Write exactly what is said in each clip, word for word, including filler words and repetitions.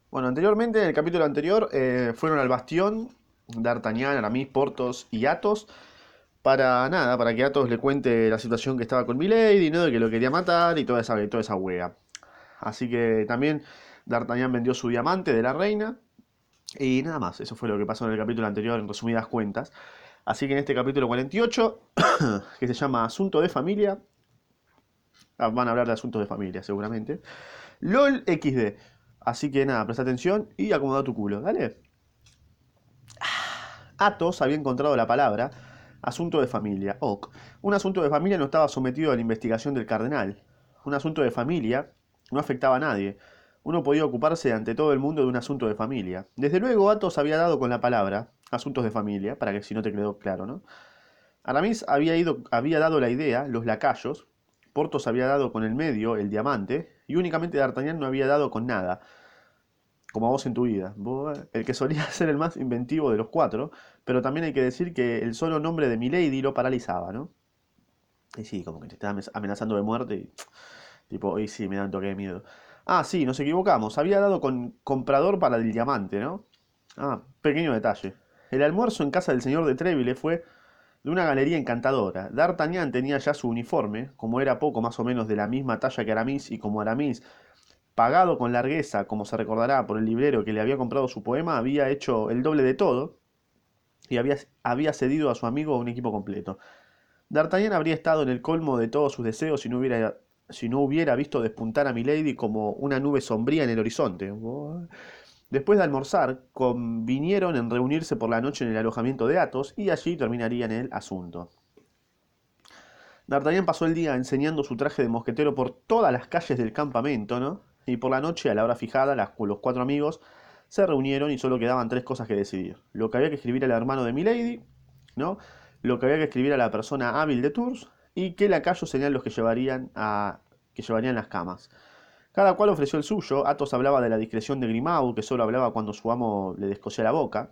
Bueno, anteriormente, en el capítulo anterior, eh, fueron al bastión D'Artagnan, Aramis, Porthos y Athos para nada, para que Athos le cuente la situación que estaba con Milady, ¿no? De que lo quería matar y toda esa, y toda esa wea. Así que también D'Artagnan vendió su diamante de la reina y nada más. Eso fue lo que pasó en el capítulo anterior, en resumidas cuentas. Así que en este capítulo cuarenta y ocho, que se llama Asunto de Familia, ah, van a hablar de asuntos de familia seguramente. LOL equis de. Así que nada, presta atención y acomoda tu culo, ¿dale? Athos había encontrado la palabra asunto de familia, ok. Un asunto de familia no estaba sometido a la investigación del cardenal. Un asunto de familia no afectaba a nadie. Uno podía ocuparse ante todo el mundo de un asunto de familia. Desde luego, Athos había dado con la palabra asuntos de familia, para que si no te quedó claro, ¿no? Aramis había, ido, había dado la idea, los lacayos. Porthos había dado con el medio, el diamante, y únicamente D'Artagnan no había dado con nada, como vos en tu vida. Vos, el que solía ser el más inventivo de los cuatro, pero también hay que decir que el solo nombre de Milady lo paralizaba, ¿no? Y sí, como que te estaba amenazando de muerte y tipo, y sí, me da un toque de miedo. Ah, sí, nos equivocamos. Había dado con comprador para el diamante, ¿no? Ah, pequeño detalle. El almuerzo en casa del señor de Treville fue de una galería encantadora. D'Artagnan tenía ya su uniforme, como era poco más o menos de la misma talla que Aramis, y como Aramis, pagado con largueza, como se recordará por el librero que le había comprado su poema, había hecho el doble de todo y había, había cedido a su amigo un equipo completo. D'Artagnan habría estado en el colmo de todos sus deseos si no hubiera, si no hubiera visto despuntar a Milady como una nube sombría en el horizonte. Después de almorzar, convinieron en reunirse por la noche en el alojamiento de Athos y allí terminarían el asunto. D'Artagnan pasó el día enseñando su traje de mosquetero por todas las calles del campamento, ¿no? Y por la noche, a la hora fijada, las, los cuatro amigos se reunieron y solo quedaban tres cosas que decidir. Lo que había que escribir al hermano de Milady, ¿no? Lo que había que escribir a la persona hábil de Tours y qué lacayos serían los que llevarían, a, que llevarían las camas. Cada cual ofreció el suyo. Athos hablaba de la discreción de Grimaud, que solo hablaba cuando su amo le descosía la boca.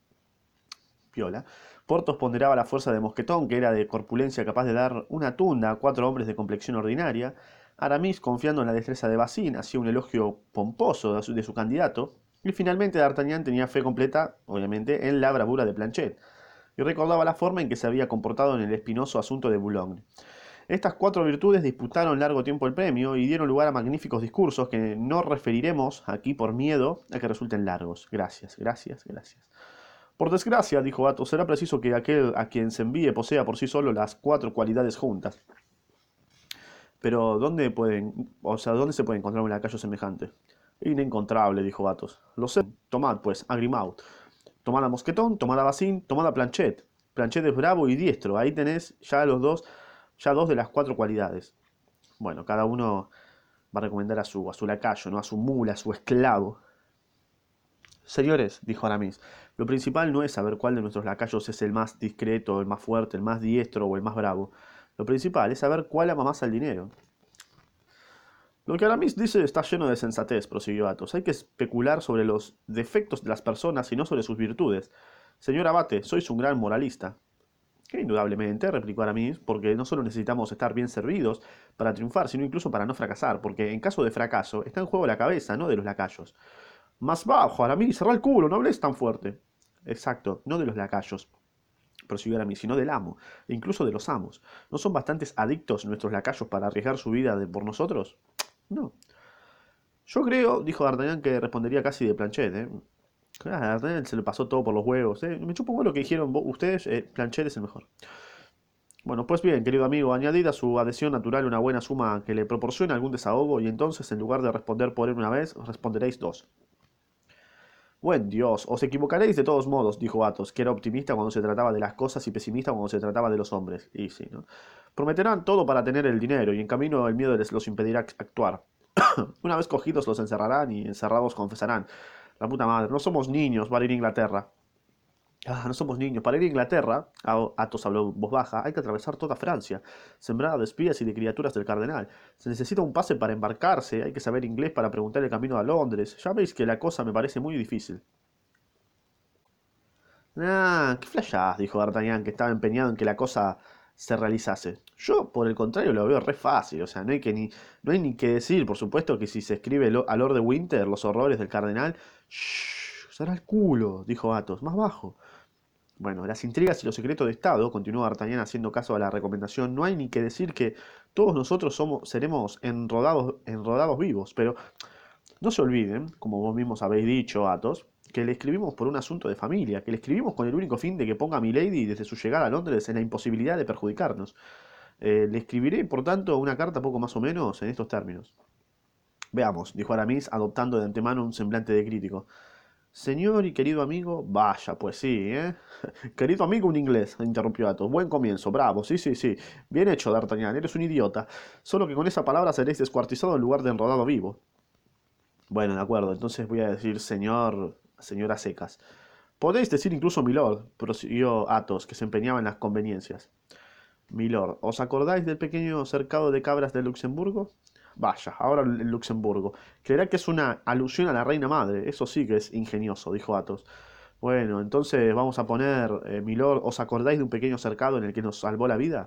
Piola. Porthos ponderaba la fuerza de Mosquetón, que era de corpulencia capaz de dar una tunda a cuatro hombres de complexión ordinaria. Aramis, confiando en la destreza de Bazin, hacía un elogio pomposo de su, de su candidato. Y finalmente D'Artagnan tenía fe completa, obviamente, en la bravura de Planchet, y recordaba la forma en que se había comportado en el espinoso asunto de Boulogne. Estas cuatro virtudes disputaron largo tiempo el premio y dieron lugar a magníficos discursos que no referiremos aquí por miedo a que resulten largos. Gracias, gracias, gracias. Por desgracia, dijo Athos, será preciso que aquel a quien se envíe posea por sí solo las cuatro cualidades juntas. Pero, ¿dónde pueden, o sea, dónde se puede encontrar un lacayo semejante? Inencontrable, dijo Athos. Lo sé. Tomad, pues, a Grimaud. Tomad a Mosquetón, tomad a Bazin, tomad a Planchet. Planchet es bravo y diestro. Ahí tenés ya los dos, ya dos de las cuatro cualidades. Bueno, cada uno va a recomendar a su, a su lacayo, ¿no? A su mula, a su esclavo. Señores, dijo Aramis, lo principal no es saber cuál de nuestros lacayos es el más discreto, el más fuerte, el más diestro o el más bravo. Lo principal es saber cuál ama más al dinero. Lo que Aramis dice está lleno de sensatez, prosiguió Athos. Hay que especular sobre los defectos de las personas y no sobre sus virtudes. Señor Abate, sois un gran moralista. Que indudablemente, replicó Aramis, porque no solo necesitamos estar bien servidos para triunfar, sino incluso para no fracasar, porque en caso de fracaso está en juego la cabeza, no de los lacayos. Más bajo, Aramis, cerrá el culo, no hables tan fuerte. Exacto, no de los lacayos, prosiguió Aramis, sino del amo, e incluso de los amos. ¿No son bastantes adictos nuestros lacayos para arriesgar su vida de, por nosotros? No. Yo creo, dijo D'Artagnan, que respondería casi de Planchet, ¿eh? Claro, a D'Artagnan se le pasó todo por los huevos, ¿eh? Me chupo un huevo lo que dijeron ustedes, eh, Planchet es el mejor. Bueno, pues bien, querido amigo, añadid a su adhesión natural una buena suma que le proporcione algún desahogo y entonces, en lugar de responder por él una vez, responderéis dos. Buen Dios, os equivocaréis de todos modos, dijo Athos, que era optimista cuando se trataba de las cosas y pesimista cuando se trataba de los hombres. Y sí, ¿no? Prometerán todo para tener el dinero, y en camino el miedo les los impedirá actuar. Una vez cogidos los encerrarán y encerrados confesarán. La puta madre, no somos niños para ir a Inglaterra. Ah, no somos niños. Para ir a Inglaterra, Athos habló en voz baja, hay que atravesar toda Francia, sembrada de espías y de criaturas del cardenal. Se necesita un pase para embarcarse, hay que saber inglés para preguntar el camino a Londres. Ya veis que la cosa me parece muy difícil. Ah, qué flashás, dijo D'Artagnan, que estaba empeñado en que la cosa se realizase. Yo, por el contrario, lo veo re fácil, o sea, no hay que ni, no hay ni que decir, por supuesto, que si se escribe lo- a Lord de Winter los horrores del cardenal, shh, será el culo, dijo Athos, más bajo. Bueno, las intrigas y los secretos de Estado, continuó D'Artagnan haciendo caso a la recomendación, no hay ni que decir que todos nosotros somos, seremos enrodados, enrodados vivos, pero no se olviden, como vos mismos habéis dicho, Athos, que le escribimos por un asunto de familia, que le escribimos con el único fin de que ponga a Milady desde su llegada a Londres en la imposibilidad de perjudicarnos. Eh, le escribiré, por tanto, una carta poco más o menos en estos términos. Veamos, dijo Aramis, adoptando de antemano un semblante de crítico. Señor y querido amigo, vaya, pues sí, ¿eh? Querido amigo un inglés, interrumpió Athos. Buen comienzo, bravo, sí, sí, sí. Bien hecho, D'Artagnan, eres un idiota. Solo que con esa palabra seréis descuartizado en lugar de enrodado vivo. Bueno, de acuerdo, entonces voy a decir señor, señora secas. Podéis decir incluso milord, prosiguió Athos, que se empeñaba en las conveniencias. Milord, ¿os acordáis del pequeño cercado de cabras de Luxemburgo? Vaya, ahora el Luxemburgo. Creerá que es una alusión a la reina madre. Eso sí que es ingenioso, dijo Athos. Bueno, entonces vamos a poner, eh, Milord, ¿os acordáis de un pequeño cercado en el que nos salvó la vida?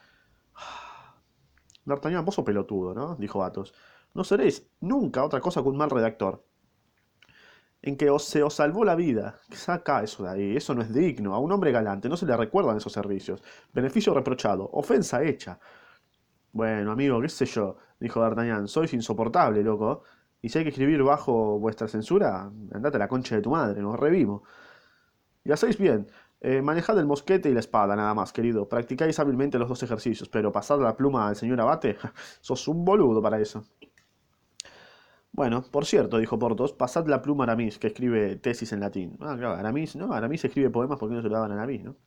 D'Artagnan, vos sos pelotudo, ¿no? Dijo Athos. No seréis nunca otra cosa que un mal redactor. En que os, se os salvó la vida. Saca eso de ahí, eso no es digno. A un hombre galante no se le recuerdan esos servicios. Beneficio reprochado, ofensa hecha. Bueno, amigo, qué sé yo, dijo D'Artagnan, sois insoportable, loco. Y si hay que escribir bajo vuestra censura, andate a la concha de tu madre, nos revimos. Y hacéis bien. Eh, manejad el mosquete y la espada, nada más, querido. Practicáis hábilmente los dos ejercicios, pero pasad la pluma al señor Abate, sos un boludo para eso. Bueno, por cierto, dijo Porthos, pasad la pluma a Aramis, que escribe tesis en latín. Ah, claro, Aramis, ¿no? Aramis escribe poemas porque no se lo daban a Aramis, ¿no?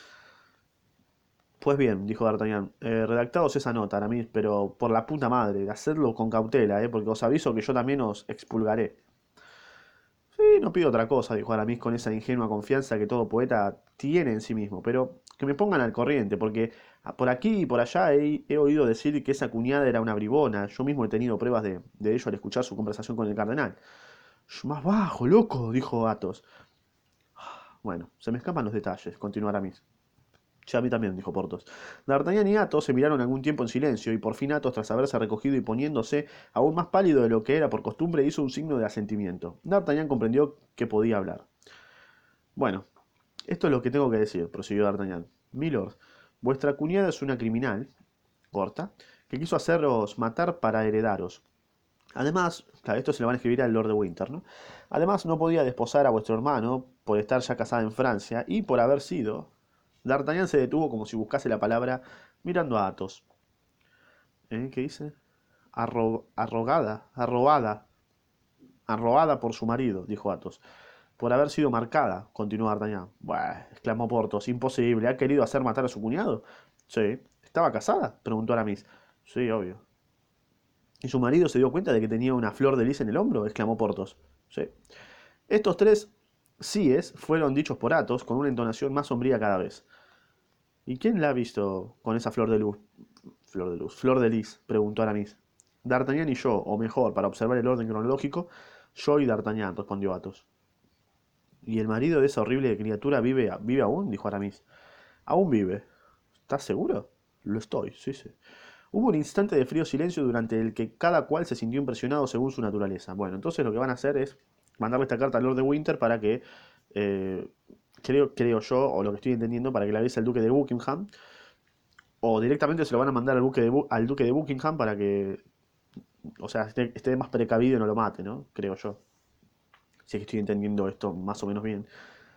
Pues bien, dijo D'Artagnan, eh, redactaos esa nota, Aramis, pero por la puta madre, hacedlo con cautela, ¿eh? Porque os aviso que yo también os expulgaré. Sí, no pido otra cosa, dijo Aramis con esa ingenua confianza que todo poeta tiene en sí mismo, pero que me pongan al corriente, porque por aquí y por allá he, he oído decir que esa cuñada era una bribona, yo mismo he tenido pruebas de, de ello al escuchar su conversación con el cardenal. Más bajo, loco, dijo Athos. Bueno, se me escapan los detalles, continuó Aramis. Sí, a mí también, dijo Porthos. D'Artagnan y Athos se miraron algún tiempo en silencio, y por fin Athos, tras haberse recogido y poniéndose aún más pálido de lo que era por costumbre, hizo un signo de asentimiento. D'Artagnan comprendió que podía hablar. Bueno, esto es lo que tengo que decir, prosiguió D'Artagnan. Milord, vuestra cuñada es una criminal, corta, que quiso haceros matar para heredaros. Además, claro, esto se lo van a escribir al Lord de Winter, ¿no? Además, no podía desposar a vuestro hermano por estar ya casada en Francia y por haber sido. D'Artagnan se detuvo como si buscase la palabra, mirando a Athos. ¿Eh? ¿Qué dice? Arro- arrogada, arrobada, arrobada por su marido, dijo Athos. Por haber sido marcada, continuó D'Artagnan. Buah, exclamó Porthos, imposible, ¿ha querido hacer matar a su cuñado? Sí. ¿Estaba casada? Preguntó Aramis. Sí, obvio. ¿Y su marido se dio cuenta de que tenía una flor de lis en el hombro? Exclamó Porthos. Sí. Estos tres síes fueron dichos por Athos con una entonación más sombría cada vez. ¿Y quién la ha visto con esa flor de luz? Flor de luz. Flor de lis, preguntó Aramis. D'Artagnan y yo, o mejor, para observar el orden cronológico, yo y D'Artagnan, respondió Athos. ¿Y el marido de esa horrible criatura vive, vive aún? Dijo Aramis. Aún vive. ¿Estás seguro? Lo estoy, sí, sí. Hubo un instante de frío silencio durante el que cada cual se sintió impresionado según su naturaleza. Bueno, entonces lo que van a hacer es mandarle esta carta al Lord de Winter para que, eh, creo, creo yo, o lo que estoy entendiendo, para que la avise al Duque de Buckingham, o directamente se lo van a mandar al, buque de Bu- al Duque de Buckingham para que, o sea, esté, esté más precavido y no lo mate, ¿no? Creo yo. Si es que estoy entendiendo esto más o menos bien.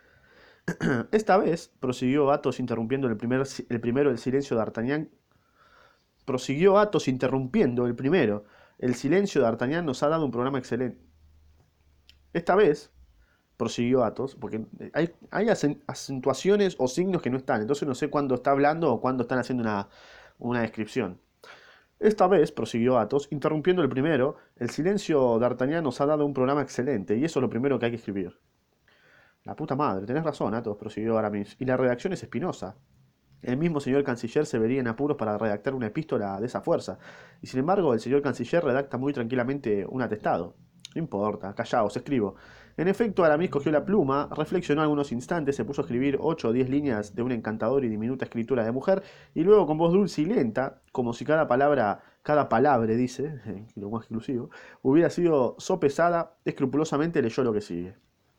Esta vez, prosiguió Athos interrumpiendo el, primer, el primero el silencio de D'Artagnan, prosiguió Athos interrumpiendo el primero. El silencio de D'Artagnan nos ha dado un programa excelente. Esta vez, prosiguió Athos, porque hay, hay acentuaciones o signos que no están, entonces no sé cuándo está hablando o cuándo están haciendo una, una descripción. Esta vez, prosiguió Athos, interrumpiendo el primero, el silencio de D'Artagnan nos ha dado un programa excelente, y eso es lo primero que hay que escribir. La puta madre, tenés razón, Athos, prosiguió Aramis, y la redacción es espinosa. El mismo señor canciller se vería en apuros para redactar una epístola de esa fuerza, y sin embargo el señor canciller redacta muy tranquilamente un atestado. No importa, callaos, escribo. En efecto, Aramis cogió la pluma, reflexionó algunos instantes, se puso a escribir ocho o diez líneas de una encantadora y diminuta escritura de mujer, y luego con voz dulce y lenta, como si cada palabra, cada palabra, dice, lo más exclusivo, hubiera sido sopesada, escrupulosamente leyó lo que sigue.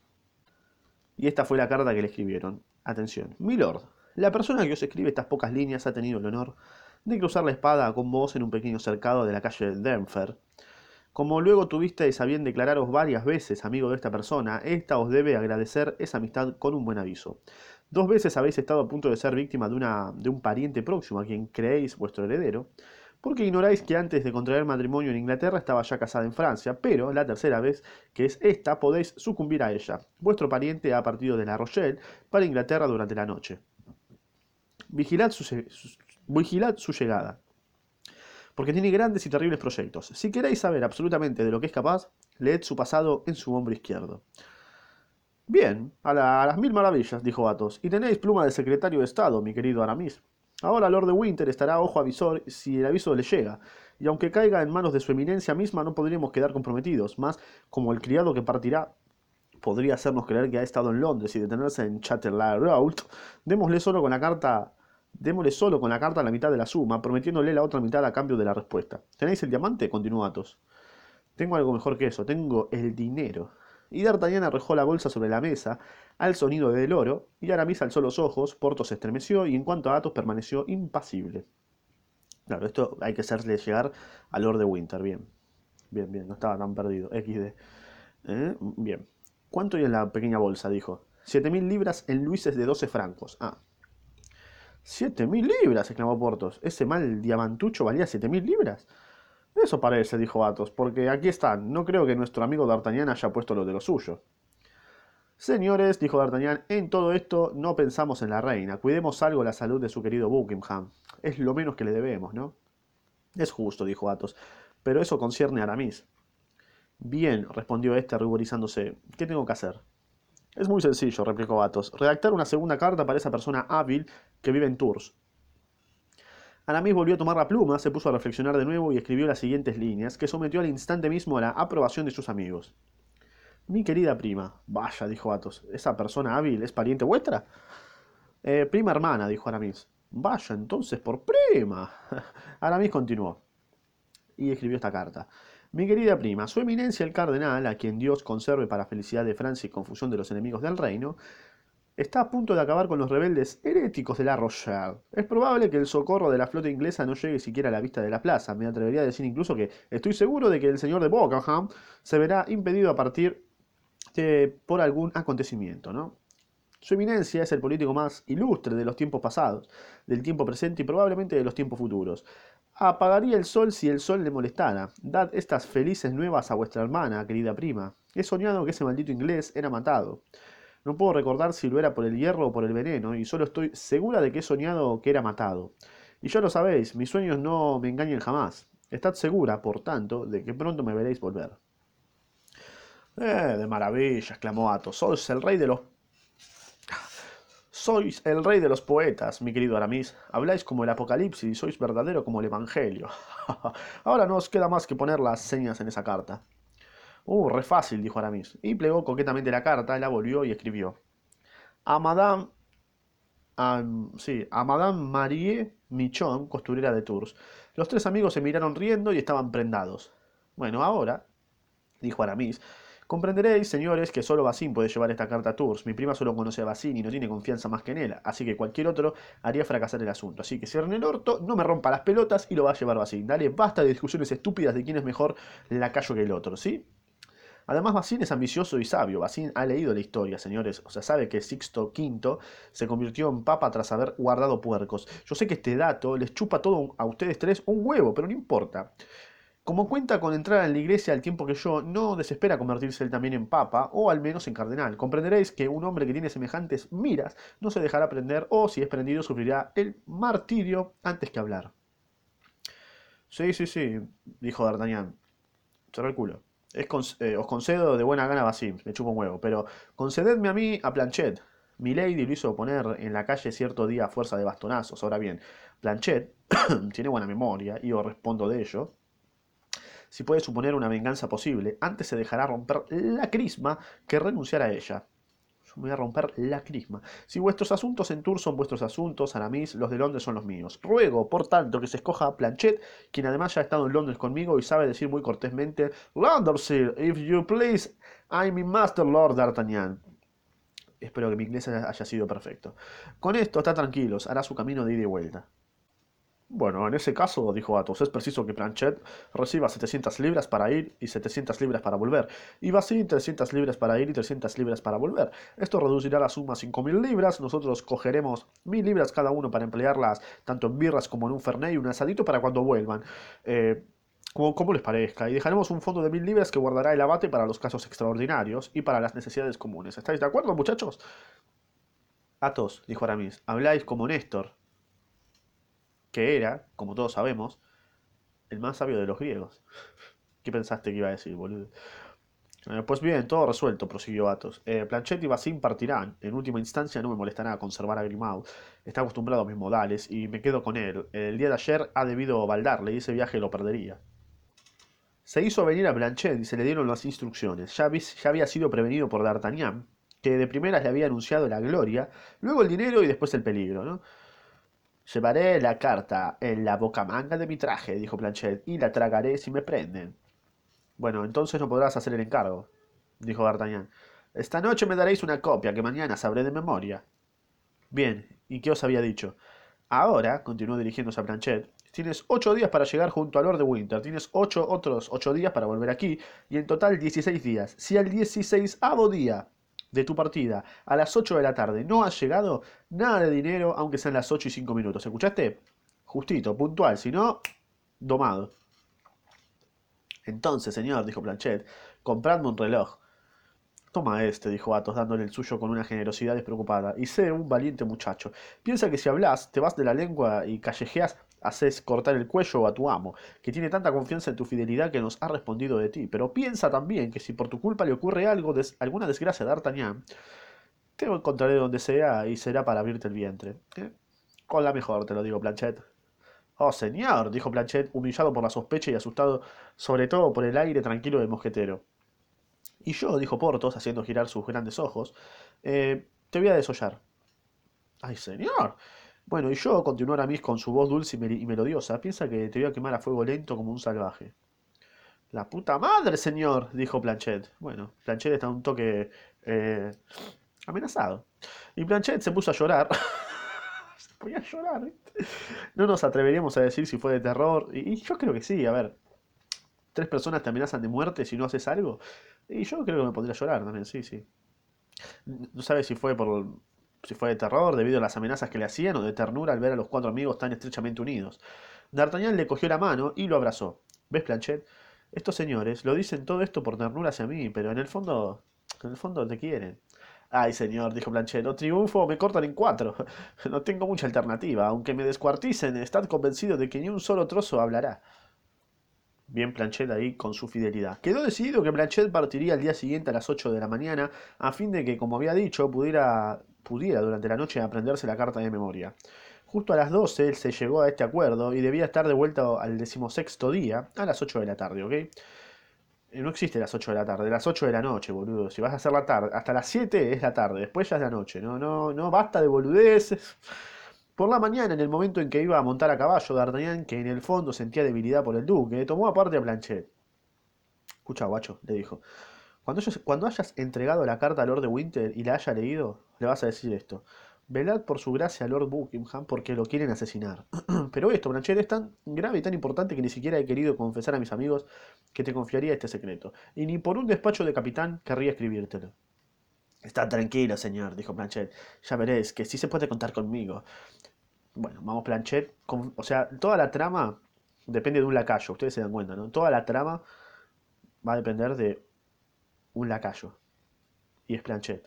Y esta fue la carta que le escribieron. Atención. Milord, la persona que os escribe estas pocas líneas ha tenido el honor de cruzar la espada con vos en un pequeño cercado de la calle Denfer. Como luego tuvisteis a bien declararos varias veces amigo de esta persona, ésta os debe agradecer esa amistad con un buen aviso. Dos veces habéis estado a punto de ser víctima de, una, de un pariente próximo a quien creéis vuestro heredero, porque ignoráis que antes de contraer matrimonio en Inglaterra estaba ya casada en Francia, pero la tercera vez, que es esta, podéis sucumbir a ella. Vuestro pariente ha partido de La Rochelle para Inglaterra durante la noche. Vigilad su, su, vigilad su llegada, porque tiene grandes y terribles proyectos. Si queréis saber absolutamente de lo que es capaz, leed su pasado en su hombro izquierdo. Bien, a, la, a las mil maravillas, dijo Athos. Y tenéis pluma de secretario de Estado, mi querido Aramis. Ahora Lord de Winter estará ojo avisor si el aviso le llega, y aunque caiga en manos de su eminencia misma no podríamos quedar comprometidos, más como el criado que partirá podría hacernos creer que ha estado en Londres y detenerse en Chatterley Road, démosle solo con la carta, démosle solo con la carta la mitad de la suma, prometiéndole la otra mitad a cambio de la respuesta. ¿Tenéis el diamante? Continuó Athos. Tengo algo mejor que eso, tengo el dinero. Y D'Artagnan arrojó la bolsa sobre la mesa al sonido del oro, y Aramis alzó los ojos, Porthos se estremeció, y en cuanto a Athos permaneció impasible. Claro, esto hay que hacerle llegar a Lord de Winter, bien. Bien, bien, no estaba tan perdido. equis de. ¿Eh? Bien. ¿Cuánto hay en la pequeña bolsa? Dijo. Siete mil libras en luises de doce francos. Ah. Siete mil libras, exclamó Porthos. ¿Ese mal diamantucho valía siete mil libras? Eso parece, dijo Athos, porque aquí están. No creo que nuestro amigo D'Artagnan haya puesto lo de lo suyo. Señores, dijo D'Artagnan, en todo esto no pensamos en la reina. Cuidemos algo la salud de su querido Buckingham. Es lo menos que le debemos, ¿no? Es justo, dijo Athos, pero eso concierne a Aramis. Bien, respondió éste ruborizándose. ¿Qué tengo que hacer? Es muy sencillo, replicó Athos. Redactar una segunda carta para esa persona hábil que vive en Tours. Aramis volvió a tomar la pluma, se puso a reflexionar de nuevo y escribió las siguientes líneas, que sometió al instante mismo a la aprobación de sus amigos. Mi querida prima. Vaya, dijo Athos. ¿Esa persona hábil es pariente vuestra? Eh, prima hermana, dijo Aramis. Vaya, entonces por prima. Aramis continuó y escribió esta carta. Mi querida prima, su eminencia el cardenal, a quien Dios conserve para felicidad de Francia y confusión de los enemigos del reino, está a punto de acabar con los rebeldes heréticos de La Rochelle. Es probable que el socorro de la flota inglesa no llegue siquiera a la vista de la plaza. Me atrevería a decir incluso que estoy seguro de que el señor de Buckingham se verá impedido a partir de, por algún acontecimiento, ¿no? Su eminencia es el político más ilustre de los tiempos pasados, del tiempo presente y probablemente de los tiempos futuros. Apagaría el sol si el sol le molestara. Dad estas felices nuevas a vuestra hermana, querida prima. He soñado que ese maldito inglés era matado. No puedo recordar si lo era por el hierro o por el veneno, y solo estoy segura de que he soñado que era matado. Y ya lo sabéis, mis sueños no me engañan jamás. Estad segura, por tanto, de que pronto me veréis volver. Eh, de maravilla, exclamó Athos. Sois el rey de los Sois el rey de los poetas, mi querido Aramis. Habláis como el Apocalipsis y sois verdadero como el Evangelio. Ahora no os queda más que poner las señas en esa carta. Uh, re fácil, dijo Aramis. Y plegó coquetamente la carta, la volvió y escribió. A Madame... A, sí, a Madame Marie Michon, costurera de Tours. Los tres amigos se miraron riendo y estaban prendados. Bueno, ahora, dijo Aramis, comprenderéis, señores, que solo Bazin puede llevar esta carta a Tours. Mi prima solo conoce a Bazin y no tiene confianza más que en él, así que cualquier otro haría fracasar el asunto. Así que cierren el orto, no me rompa las pelotas y lo va a llevar Bazin. Dale, basta de discusiones estúpidas de quién es mejor lacayo que el otro, ¿sí? Además, Bazin es ambicioso y sabio. Bazin ha leído la historia, señores. O sea, sabe que Sixto V se convirtió en papa tras haber guardado puercos. Yo sé que este dato les chupa todo a ustedes tres un huevo, pero no importa. Como cuenta con entrar en la iglesia al tiempo que yo, no desespera convertirse él también en papa, o al menos en cardenal. Comprenderéis que un hombre que tiene semejantes miras no se dejará prender, o si es prendido sufrirá el martirio antes que hablar. Sí, sí, sí, dijo D'Artagnan. Cerró el culo. Es con- eh, os concedo de buena gana Basim, me chupo un huevo, pero concededme a mí a Planchet. Milady lo hizo poner en la calle cierto día a fuerza de bastonazos. Ahora bien, Planchet tiene buena memoria, y os respondo de ello. si puede suponer una venganza posible, antes se dejará romper la crisma que renunciar a ella. Yo me voy a romper la crisma. Si vuestros asuntos en Tours son vuestros asuntos, Aramis, los de Londres son los míos. Ruego, por tanto, que se escoja a Planchet, quien además ya ha estado en Londres conmigo y sabe decir muy cortésmente: Londres, sir, if you please, I'm my master Lord D'Artagnan. Espero que mi inglés haya sido perfecto. Con esto, está tranquilos, hará su camino de ida y vuelta. Bueno, en ese caso, dijo Athos, es preciso que Planchet reciba setecientas libras para ir y setecientas libras para volver, y Basile trescientas libras para ir y trescientas libras para volver. Esto reducirá la suma a cinco mil libras, nosotros cogeremos mil libras cada uno para emplearlas tanto en birras como en un fernet y un asadito para cuando vuelvan. Eh, como, como les parezca, y dejaremos un fondo de mil libras que guardará el abate para los casos extraordinarios y para las necesidades comunes. ¿Estáis de acuerdo, muchachos? Athos, dijo Aramis, habláis como Néstor, que era, como todos sabemos, el más sabio de los griegos. ¿Qué pensaste que iba a decir, boludo? Eh, pues bien, todo resuelto, prosiguió Athos. Eh, Planchet y Basile partirán. En última instancia no me molestará conservar a Grimaud. Está acostumbrado a mis modales y me quedo con él. El día de ayer ha debido baldarle y ese viaje lo perdería. Se hizo venir a Planchet y se le dieron las instrucciones. Ya, ya había sido prevenido por D'Artagnan, que de primeras le había anunciado la gloria, luego el dinero y después el peligro, ¿no? Llevaré la carta en la bocamanga de mi traje, dijo Planchet, y la tragaré si me prenden. Bueno, entonces no podrás hacer el encargo, dijo D'Artagnan. Esta noche me daréis una copia que mañana sabré de memoria. Bien, ¿y qué os había dicho? Ahora, continuó dirigiéndose a Planchet, tienes ocho días para llegar junto a Lord de Winter, tienes ocho otros ocho días para volver aquí, y en total dieciséis días. Si al dieciséisavo día de tu partida a las ocho de la tarde no has llegado, nada de dinero, aunque sean las ocho y cinco minutos. ¿Escuchaste? Justito, puntual, si no, domado. Entonces, señor, dijo Planchet, compradme un reloj. Toma este, dijo Athos, dándole el suyo con una generosidad despreocupada, y sé un valiente muchacho. Piensa que si hablas, te vas de la lengua y callejeas, haces cortar el cuello a tu amo, que tiene tanta confianza en tu fidelidad que nos ha respondido de ti. Pero piensa también que si por tu culpa le ocurre algo, des alguna desgracia a D'Artagnan, te encontraré donde sea y será para abrirte el vientre. ¿Eh? Con la mejor, te lo digo, Planchet. Oh, señor, dijo Planchet, humillado por la sospecha y asustado sobre todo por el aire tranquilo del mosquetero. Y yo, dijo Porthos, haciendo girar sus grandes ojos, eh, te voy a desollar. ¡Ay, señor! Bueno, y yo, continuó Aramis con su voz dulce y, mel y melodiosa, piensa que te voy a quemar a fuego lento como un salvaje. ¡La puta madre, señor! Dijo Planchet. Bueno, Planchet está un toque eh, amenazado. Y Planchet se puso a llorar. Se ponía a llorar, ¿viste? No nos atreveríamos a decir si fue de terror. Y, y yo creo que sí, a ver. Tres personas te amenazan de muerte si no haces algo. Y yo creo que me pondría a llorar también, sí, sí. No sabes si fue por si fue de terror debido a las amenazas que le hacían o de ternura al ver a los cuatro amigos tan estrechamente unidos. D'Artagnan le cogió la mano y lo abrazó. ¿Ves, Planchet? Estos señores lo dicen todo esto por ternura hacia mí, pero en el fondo, en el fondo te quieren. Ay, señor, dijo Planchet, o triunfo o me cortan en cuatro. No tengo mucha alternativa. Aunque me descuarticen, estad convencido de que ni un solo trozo hablará. Bien Planchet ahí con su fidelidad. Quedó decidido que Planchet partiría al día siguiente a las ocho de la mañana, a fin de que, como había dicho, pudiera, pudiera durante la noche aprenderse la carta de memoria. Justo a las doce él se llegó a este acuerdo y debía estar de vuelta al decimosexto día a las ocho de la tarde, ¿ok? Eh, No existe las ocho de la tarde, las ocho de la noche, boludo. Si vas a hacer la tarde, hasta las siete es la tarde, después ya es la noche. No, no, no, basta de boludeces. Por la mañana, en el momento en que iba a montar a caballo, D'Artagnan, que en el fondo sentía debilidad por el duque, tomó aparte a Planchet. Escucha, guacho, le dijo. Cuando, hayas, cuando hayas entregado la carta a Lord de Winter y la haya leído, le vas a decir esto. Velad por su gracia a Lord Buckingham porque lo quieren asesinar. Pero esto, Planchet, es tan grave y tan importante que ni siquiera he querido confesar a mis amigos que te confiaría este secreto. Y ni por un despacho de capitán querría escribírtelo. Está tranquilo, señor, dijo Planchet. Ya veréis que sí se puede contar conmigo. Bueno, vamos Planchet. Con, o sea, toda la trama depende de un lacayo. Ustedes se dan cuenta, ¿no? Toda la trama va a depender de un lacayo. Y es Planchet.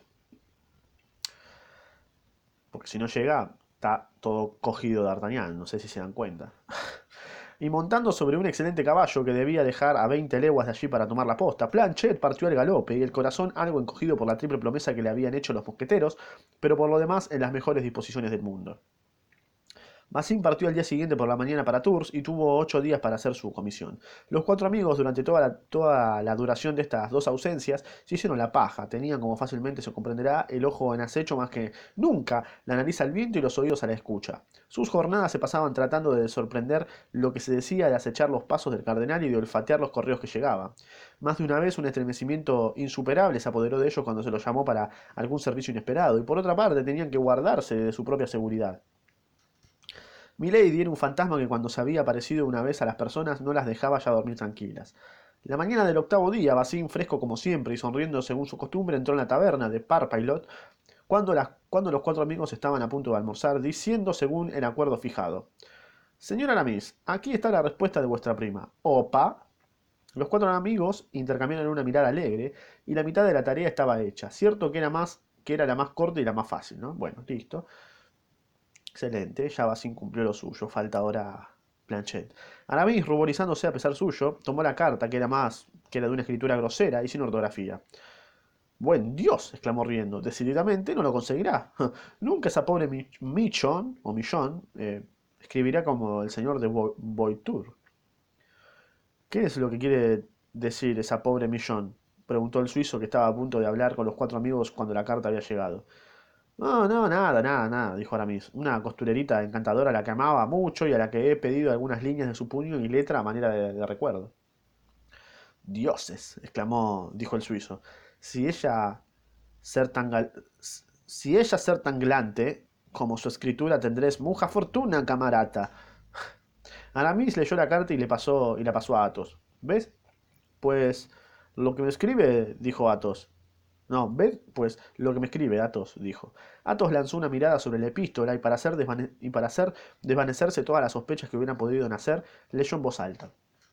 Porque si no llega, está todo cogido de D'Artagnan. No sé si se dan cuenta. Y montando sobre un excelente caballo que debía dejar a veinte leguas de allí para tomar la posta, Planchet partió al galope y el corazón algo encogido por la triple promesa que le habían hecho los mosqueteros, pero por lo demás en las mejores disposiciones del mundo. Basim partió al día siguiente por la mañana para Tours y tuvo ocho días para hacer su comisión. Los cuatro amigos, durante toda la, toda la duración de estas dos ausencias, se hicieron la paja. Tenían, como fácilmente se comprenderá, el ojo en acecho más que nunca, la nariz al viento y los oídos a la escucha. Sus jornadas se pasaban tratando de sorprender lo que se decía, de acechar los pasos del cardenal y de olfatear los correos que llegaban. Más de una vez un estremecimiento insuperable se apoderó de ellos cuando se los llamó para algún servicio inesperado, y por otra parte tenían que guardarse de su propia seguridad. Milady era un fantasma que cuando se había aparecido una vez a las personas no las dejaba ya dormir tranquilas. La mañana del octavo día, Basim, fresco como siempre y sonriendo según su costumbre, entró en la taberna de Parpaillot cuando, las, cuando los cuatro amigos estaban a punto de almorzar, diciendo según el acuerdo fijado: Señor Aramis, aquí está la respuesta de vuestra prima. Opa. Los cuatro amigos intercambiaron una mirada alegre y la mitad de la tarea estaba hecha. Cierto que era, más, que era la más corta y la más fácil, ¿no? Bueno, listo. Excelente, ya Basim cumplió lo suyo, falta ahora Planchet. Aramis, ruborizándose a pesar suyo, tomó la carta, que era más, que era de una escritura grosera y sin ortografía. Buen Dios, exclamó riendo, decididamente no lo conseguirá. Nunca esa pobre Michon, o Millón, eh, escribirá como el señor de Voiture. ¿Qué es lo que quiere decir esa pobre Millón?, preguntó el suizo, que estaba a punto de hablar con los cuatro amigos cuando la carta había llegado. No, no, nada, nada, nada, dijo Aramis. Una costurerita encantadora a la que amaba mucho y a la que he pedido algunas líneas de su puño y letra a manera de, de recuerdo. Dioses, exclamó, dijo el suizo. Si ella ser tan gal- si ella ser tan galante como su escritura tendréis mucha fortuna, camarata. Aramis leyó la carta y le pasó y la pasó a Athos. ¿Ves? Pues lo que me escribe, dijo Athos. No, ¿ves? Pues lo que me escribe, Athos, dijo. Athos lanzó una mirada sobre la epístola y para, hacer desvane- y para hacer desvanecerse todas las sospechas que hubieran podido nacer, leyó en voz alta.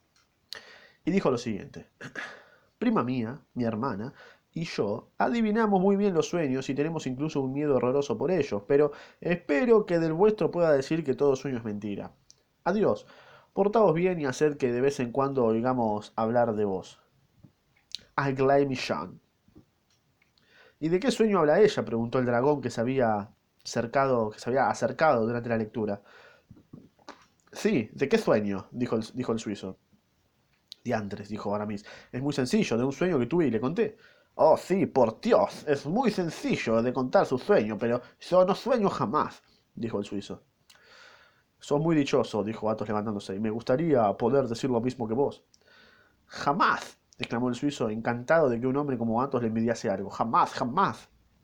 Y dijo lo siguiente: Prima mía, mi hermana, y yo adivinamos muy bien los sueños y tenemos incluso un miedo horroroso por ellos, pero espero que del vuestro pueda decir que todo sueño es mentira. Adiós, portaos bien y haced que de vez en cuando oigamos hablar de vos. Aglaé Michon. ¿Y de qué sueño habla ella?, preguntó el dragón, que se había cercado, que se había acercado durante la lectura. Sí, ¿de qué sueño?, dijo el, dijo el suizo. Diantres, dijo Aramis, es muy sencillo, de un sueño que tuve y le conté. Oh, sí, por Dios, es muy sencillo de contar su sueño, pero yo no sueño jamás, dijo el suizo. Sos muy dichoso, dijo Athos levantándose, y me gustaría poder decir lo mismo que vos. Jamás, exclamó el suizo, encantado de que un hombre como Athos le envidiase algo. Jamás, jamás.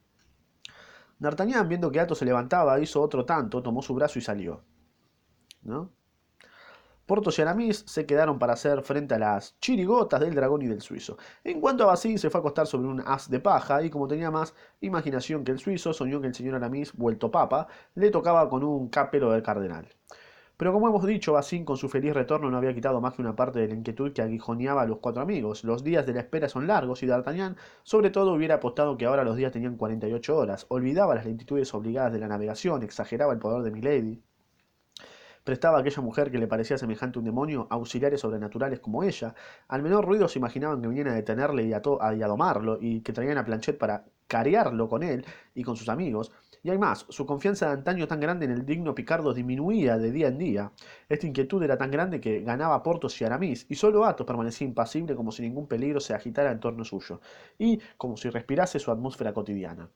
D'Artagnan, viendo que Athos se levantaba, hizo otro tanto, tomó su brazo y salió. ¿No? Porthos y Aramis se quedaron para hacer frente a las chirigotas del dragón y del suizo. En cuanto a Basim, se fue a acostar sobre un haz de paja y, como tenía más imaginación que el suizo, soñó que el señor Aramis, vuelto papa, le tocaba con un capelo del cardenal. Pero como hemos dicho, Basim con su feliz retorno no había quitado más que una parte de la inquietud que aguijoneaba a los cuatro amigos. Los días de la espera son largos y D'Artagnan, sobre todo, hubiera apostado que ahora los días tenían cuarenta y ocho horas. Olvidaba las lentitudes obligadas de la navegación, exageraba el poder de Milady, prestaba a aquella mujer que le parecía semejante a un demonio auxiliares sobrenaturales como ella. Al menor ruido se imaginaban que venían a detenerle y a, to- a, y a domarlo, y que traían a Planchet para carearlo con él y con sus amigos. Y hay más, su confianza de antaño tan grande en el digno Picardo disminuía de día en día. Esta inquietud era tan grande que ganaba a Porthos y Aramis, y solo Athos permanecía impasible, como si ningún peligro se agitara en torno suyo, y como si respirase su atmósfera cotidiana.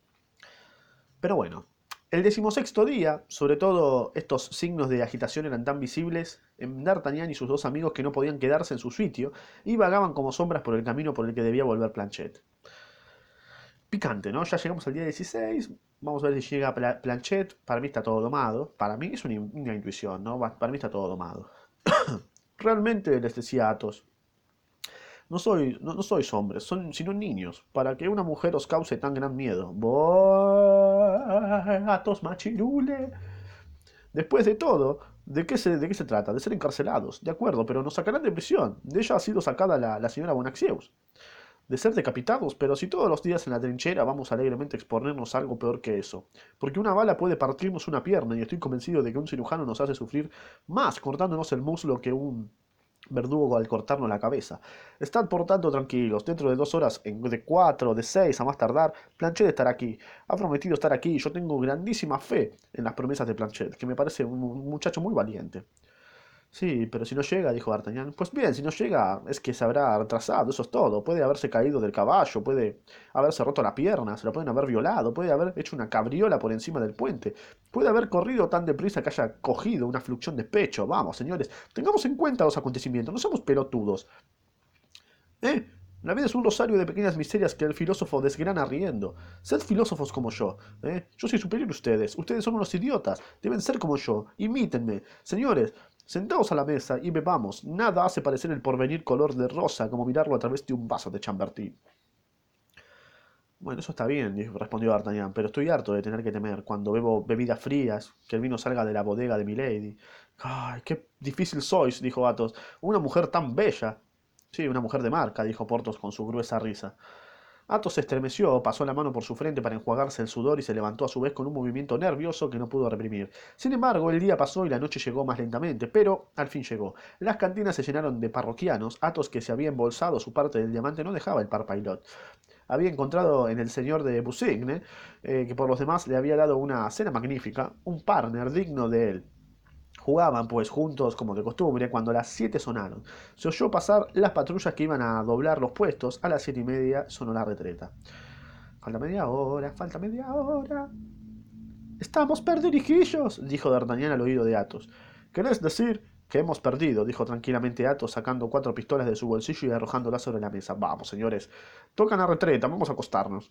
Pero bueno, el decimosexto día, sobre todo estos signos de agitación eran tan visibles en D'Artagnan y sus dos amigos, que no podían quedarse en su sitio y vagaban como sombras por el camino por el que debía volver Planchet. Picante, ¿no? Ya llegamos al día dieciséis, vamos a ver si llega Planchet. Para mí está todo domado, para mí es una, una intuición, ¿no? Para mí está todo domado. Realmente, les decía Athos, no, soy, no, no sois hombres, son sino niños, para que una mujer os cause tan gran miedo. Athos machirule. Después de todo, ¿de qué, se, ¿de qué se trata? De ser encarcelados, de acuerdo, pero nos sacarán de prisión. De ella ha sido sacada la, la señora Bonacieux. De ser decapitados, pero si todos los días en la trinchera vamos alegremente a exponernos a algo peor que eso. Porque una bala puede partirnos una pierna, y estoy convencido de que un cirujano nos hace sufrir más cortándonos el muslo que un verdugo al cortarnos la cabeza. Estad por tanto tranquilos, dentro de dos horas, en- de cuatro, de seis a más tardar, Planchet estará aquí. Ha prometido estar aquí y yo tengo grandísima fe en las promesas de Planchet, que me parece un, un muchacho muy valiente. Sí, pero si no llega, dijo D'Artagnan. Pues bien, si no llega, es que se habrá retrasado, eso es todo. Puede haberse caído del caballo, puede haberse roto la pierna, se lo pueden haber violado, puede haber hecho una cabriola por encima del puente, puede haber corrido tan deprisa que haya cogido una fluxión de pecho. Vamos, señores, tengamos en cuenta los acontecimientos, no somos pelotudos. ¿Eh? La vida es un rosario de pequeñas miserias que el filósofo desgrana riendo. Sed filósofos como yo. ¿Eh? Yo soy superior a ustedes. Ustedes son unos idiotas. Deben ser como yo. Imítenme. Señores, sentaos a la mesa y bebamos. Nada hace parecer el porvenir color de rosa como mirarlo a través de un vaso de chambertín. Bueno, eso está bien, dijo- respondió D'Artagnan, pero estoy harto de tener que temer cuando bebo bebidas frías, que el vino salga de la bodega de Milady. Ay, qué difícil sois, dijo Athos. Una mujer tan bella. Sí, una mujer de marca, dijo Porthos con su gruesa risa. Athos se estremeció, pasó la mano por su frente para enjuagarse el sudor y se levantó a su vez con un movimiento nervioso que no pudo reprimir. Sin embargo, el día pasó y la noche llegó más lentamente, pero al fin llegó. Las cantinas se llenaron de parroquianos. Athos, que se había embolsado su parte del diamante, no dejaba el parpailot. Había encontrado en el señor de Busigne, eh, que por los demás le había dado una cena magnífica, un partner digno de él. Jugaban, pues, juntos como de costumbre, cuando las siete sonaron. Se oyó pasar las patrullas que iban a doblar los puestos. A las siete y media sonó la retreta. Falta media hora, falta media hora. Estamos perdirijillos, dijo D'Artagnan al oído de Athos. ¿Querés decir que hemos perdido? Dijo tranquilamente Athos, sacando cuatro pistolas de su bolsillo y arrojándolas sobre la mesa. Vamos, señores, tocan la retreta, vamos a acostarnos.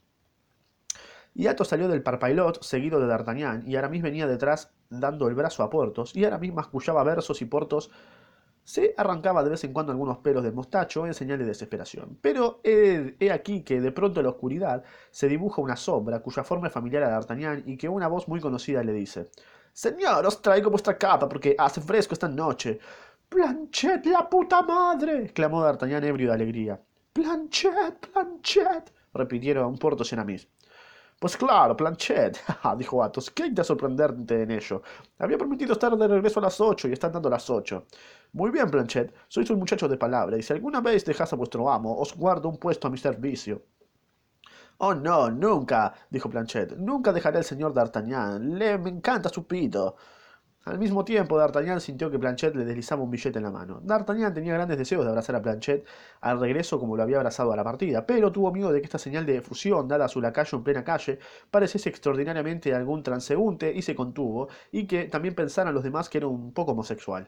Y Athos salió del Parpaillot, seguido de D'Artagnan, y Aramis venía detrás dando el brazo a Porthos, y Aramis mascullaba versos y Porthos se arrancaba de vez en cuando algunos pelos del mostacho en señal de desesperación. Pero he, he aquí que de pronto en la oscuridad se dibuja una sombra cuya forma es familiar a D'Artagnan y que una voz muy conocida le dice: Señor, os traigo vuestra capa porque hace fresco esta noche. Planchet, la puta madre, clamó D'Artagnan ebrio de alegría. Planchet, Planchet, repitieron Porthos y Aramis. Pues claro, Planchet, dijo Athos, ¿qué hay de sorprenderte en ello? Había prometido estar de regreso a las ocho y están dando las ocho. Muy bien, Planchet, sois un muchacho de palabra, y si alguna vez dejáis a vuestro amo, os guardo un puesto a mi servicio. Oh, no, nunca, dijo Planchet, nunca dejaré al señor D'Artagnan, le me encanta su pito. Al mismo tiempo, D'Artagnan sintió que Planchet le deslizaba un billete en la mano. D'Artagnan tenía grandes deseos de abrazar a Planchet al regreso como lo había abrazado a la partida, pero tuvo miedo de que esta señal de efusión dada a su lacayo en plena calle pareciese extraordinariamente a algún transeúnte y se contuvo, y que también pensaran los demás que era un poco homosexual.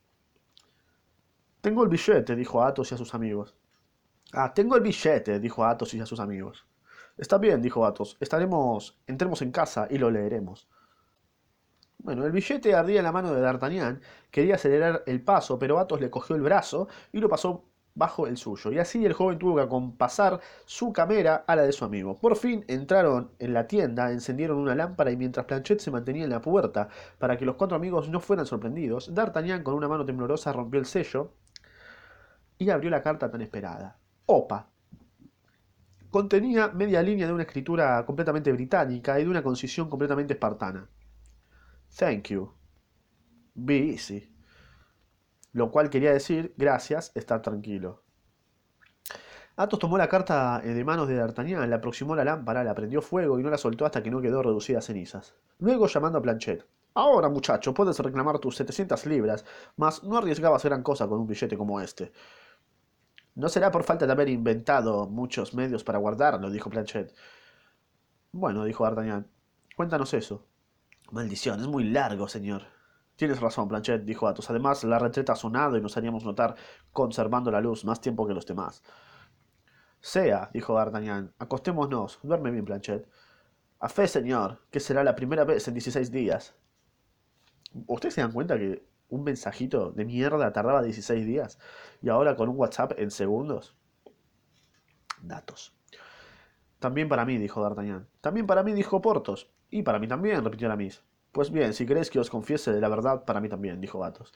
Tengo el billete, dijo a Athos y a sus amigos. Ah, tengo el billete, dijo a Athos y a sus amigos. Está bien, dijo Athos, estaremos, entremos en casa y lo leeremos. Bueno, el billete ardía en la mano de D'Artagnan, quería acelerar el paso, pero Athos le cogió el brazo y lo pasó bajo el suyo, y así el joven tuvo que acompasar su camera a la de su amigo. Por fin entraron en la tienda, encendieron una lámpara y mientras Planchet se mantenía en la puerta para que los cuatro amigos no fueran sorprendidos, D'Artagnan con una mano temblorosa rompió el sello y abrió la carta tan esperada. Opa. Contenía media línea de una escritura completamente británica y de una concisión completamente espartana. Thank you. Be easy. Lo cual quería decir, gracias, estar tranquilo. Athos tomó la carta de manos de D'Artagnan, le aproximó la lámpara, la prendió fuego y no la soltó hasta que no quedó reducida a cenizas. Luego, llamando a Planchet: Ahora, muchacho, puedes reclamar tus setecientas libras, mas no arriesgabas gran cosa con un billete como este. No será por falta de haber inventado muchos medios para guardarlo, dijo Planchet. Bueno, dijo D'Artagnan, cuéntanos eso. Maldición, es muy largo, señor. Tienes razón, Planchet, dijo Athos. Además, la retreta ha sonado y nos haríamos notar conservando la luz más tiempo que los demás. Sea, dijo D'Artagnan, acostémonos. Duerme bien, Planchet. A fe, señor, que será la primera vez en dieciséis días. ¿Ustedes se dan cuenta que un mensajito de mierda tardaba dieciséis días? Y ahora con un WhatsApp en segundos. Datos. También para mí, dijo D'Artagnan. También para mí, dijo Porthos. Y para mí también, repitió Aramis. Pues bien, si queréis que os confiese de la verdad, para mí también, dijo Athos.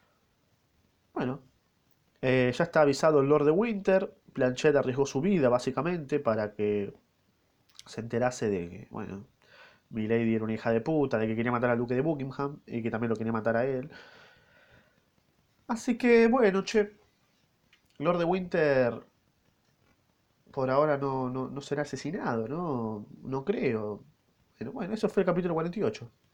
Bueno, eh, ya está avisado el Lord de Winter. Planchet arriesgó su vida, básicamente, para que se enterase de que, bueno, Milady era una hija de puta, de que quería matar al duque de Buckingham y que también lo quería matar a él. Así que bueno, che, Lord de Winter por ahora no, no, no será asesinado, ¿no? No creo. Pero bueno, eso fue el capítulo cuarenta y ocho.